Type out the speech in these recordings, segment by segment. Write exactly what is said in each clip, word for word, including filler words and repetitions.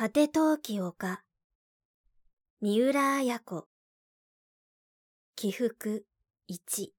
果て陶器丘、三浦綾子、起伏いち。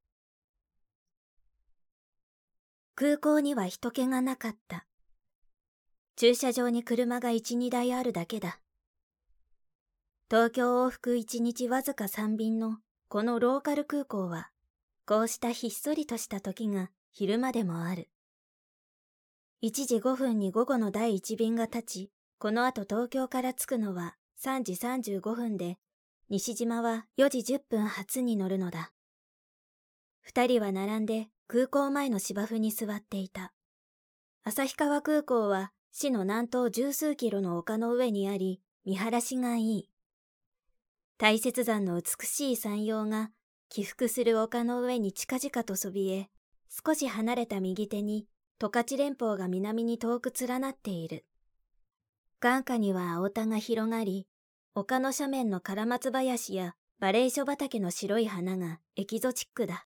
空港には人気がなかった。駐車場に車がいち、にだいあるだけだ。東京往復いちにちわずかさんびんのこのローカル空港は、こうしたひっそりとした時が昼間でもある。いちじごふんに午後のだいいちびんが立ち、この後東京から着くのはさんじさんじゅうごふんで、西島はよじじゅっぷん発に乗るのだ。二人は並んで空港前の芝生に座っていた。旭川空港は市の南東十数キロの丘の上にあり、見晴らしがいい。大雪山の美しい山陽が起伏する丘の上に近々とそびえ、少し離れた右手に十勝連峰が南に遠く連なっている。眼下には青田が広がり、丘の斜面のカラマツ林やバレーショ畑の白い花がエキゾチックだ。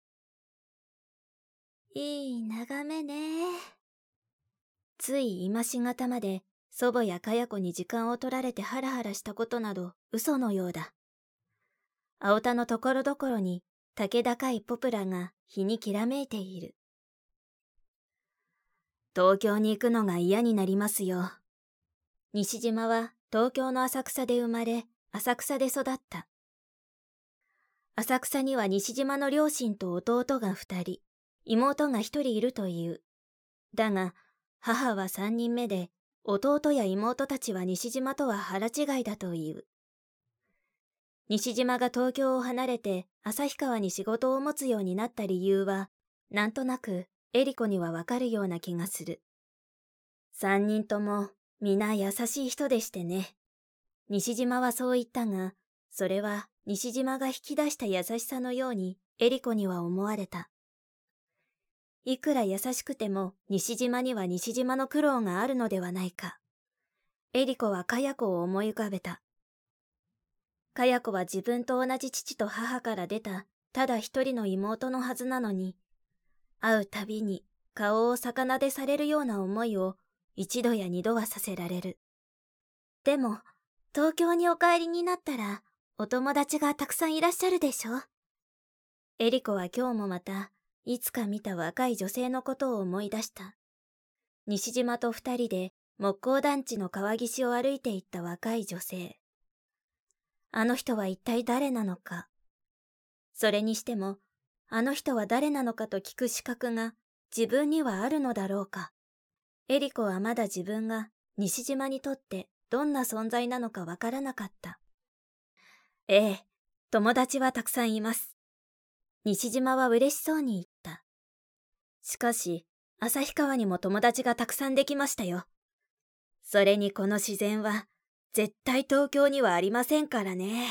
いい眺めね。つい今しがたまで祖母やかや子に時間を取られてハラハラしたことなど嘘のようだ。青田のところどころに竹高いポプラが日にきらめいている。東京に行くのが嫌になりますよ。西島は東京の浅草で生まれ、浅草で育った。浅草には西島の両親と弟が二人、妹が一人いるという。だが、母は三人目で、弟や妹たちは西島とは腹違いだという。西島が東京を離れて旭川に仕事を持つようになった理由は、なんとなくエリコにはわかるような気がする。三人とも皆優しい人でしてね。西島はそう言ったが、それは西島が引き出した優しさのようにエリコには思われた。いくら優しくても西島には西島の苦労があるのではないか。エリコはかや子を思い浮かべた。かや子は自分と同じ父と母から出たただ一人の妹のはずなのに、会うたびに顔を逆なでされるような思いを一度や二度はさせられる。でも、東京にお帰りになったらお友達がたくさんいらっしゃるでしょ。エリコは今日もまた、いつか見た若い女性のことを思い出した。西島と二人で木工団地の川岸を歩いていった若い女性。あの人は一体誰なのか。それにしても、あの人は誰なのかと聞く資格が自分にはあるのだろうか。エリコはまだ自分が西島にとってどんな存在なのかわからなかった。ええ、友達はたくさんいます。西島は嬉しそうに言った。しかし、旭川にも友達がたくさんできましたよ。それにこの自然は、絶対東京にはありませんからね。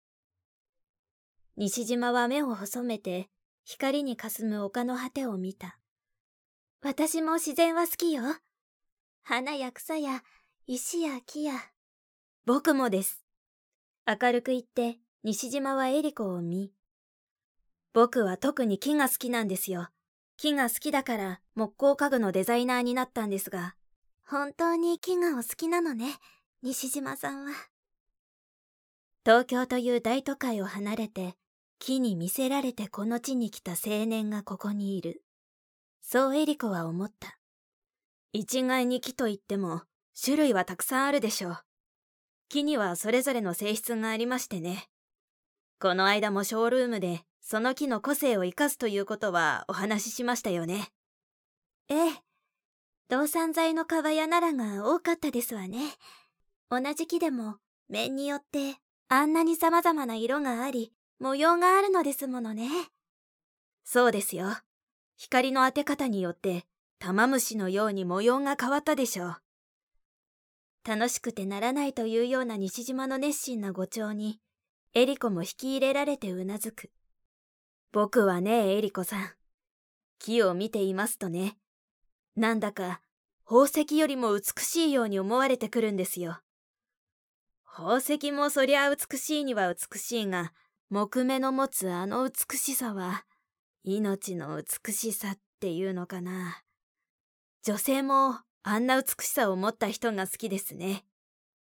西島は目を細めて、光に霞む丘の果てを見た。私も自然は好きよ。花や草や石や木や。僕もです。明るく言って、西島はエリコを見、僕は特に木が好きなんですよ。木が好きだから木工家具のデザイナーになったんですが。本当に木がお好きなのね、西島さんは。東京という大都会を離れて、木に魅せられてこの地に来た青年がここにいる。そうエリコは思った。一概に木といっても、種類はたくさんあるでしょう。木にはそれぞれの性質がありましてね。この間もショールームで、その木の個性を生かすということはお話ししましたよね。ええ。動産材の革や奈良が多かったですわね。同じ木でも面によってあんなに様々な色があり、模様があるのですものね。そうですよ。光の当て方によって玉虫のように模様が変わったでしょう。楽しくてならないというような西島の熱心な語調に、エリコも引き入れられてうなずく。僕はね、エリコさん。木を見ていますとね、なんだか宝石よりも美しいように思われてくるんですよ。宝石もそりゃ美しいには美しいが、木目の持つあの美しさは、命の美しさっていうのかな。女性もあんな美しさを持った人が好きですね。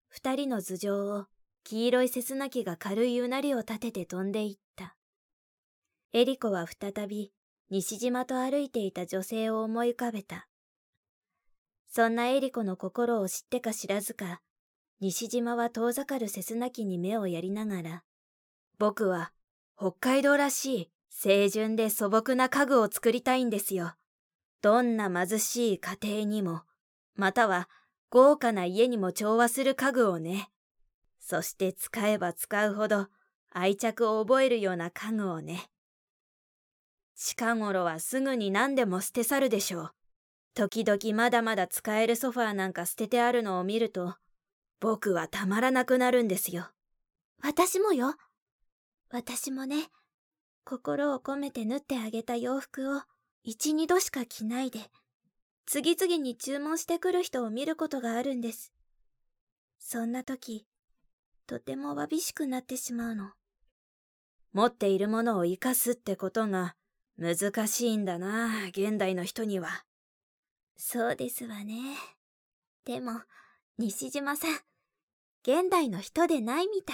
二人の頭上を黄色いセスナ機が軽いうなりを立てて飛んでいった。エリコは再び西島と歩いていた女性を思い浮かべた。そんなエリコの心を知ってか知らずか、西島は遠ざかるセスナ機に目をやりながら、僕は北海道らしい清純で素朴な家具を作りたいんですよ。どんな貧しい家庭にも、または豪華な家にも調和する家具をね。そして使えば使うほど愛着を覚えるような家具をね。近頃はすぐに何でも捨て去るでしょう。時々まだまだ使えるソファーなんか捨ててあるのを見ると、僕はたまらなくなるんですよ。 私もよ。私もね、心を込めて縫ってあげた洋服を一、二度しか着ないで、次々に注文してくる人を見ることがあるんです。そんな時、とてもわびしくなってしまうの。 持っているものを生かすってことが難しいんだな、現代の人には。 そうですわね。でも、西島さん、現代の人でないみたい。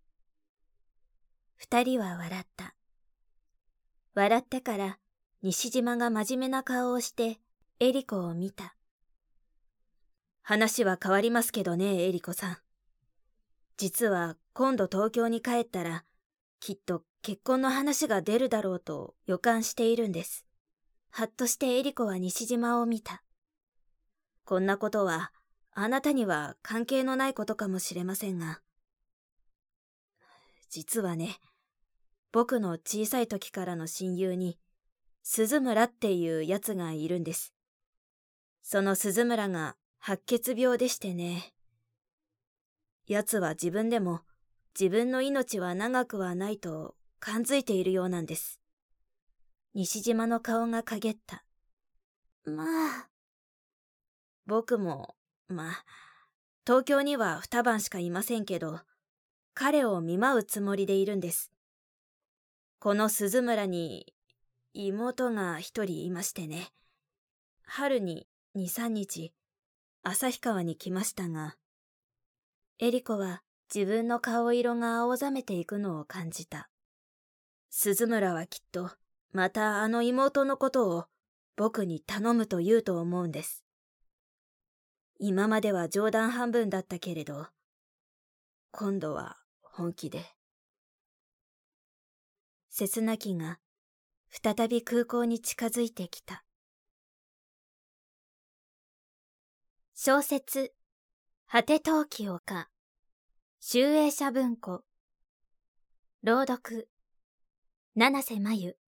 二人は笑った。笑ってから西島が真面目な顔をしてエリコを見た。話は変わりますけどね、エリコさん。実は今度東京に帰ったら、きっと結婚の話が出るだろうと予感しているんです。はっとしてエリコは西島を見た。こんなことはあなたには関係のないことかもしれませんが、実はね、僕の小さい時からの親友に鈴村っていうやつがいるんです。その鈴村が白血病でしてね。やつは自分でも自分の命は長くはないと感づいているようなんです。西島の顔が陰った。 まあ。 僕も、まあ、東京には二晩しかいませんけど、彼を見舞うつもりでいるんです。この鈴村に妹が一人いましてね。春に二三日、旭川に来ましたが、エリコは自分の顔色が青ざめていくのを感じた。鈴村はきっとまたあの妹のことを僕に頼むと言うと思うんです。今までは冗談半分だったけれど、今度は本気で。セスナ機が再び空港に近づいてきた。 小説、果て陶器丘、集英社文庫。朗読、七瀬真由。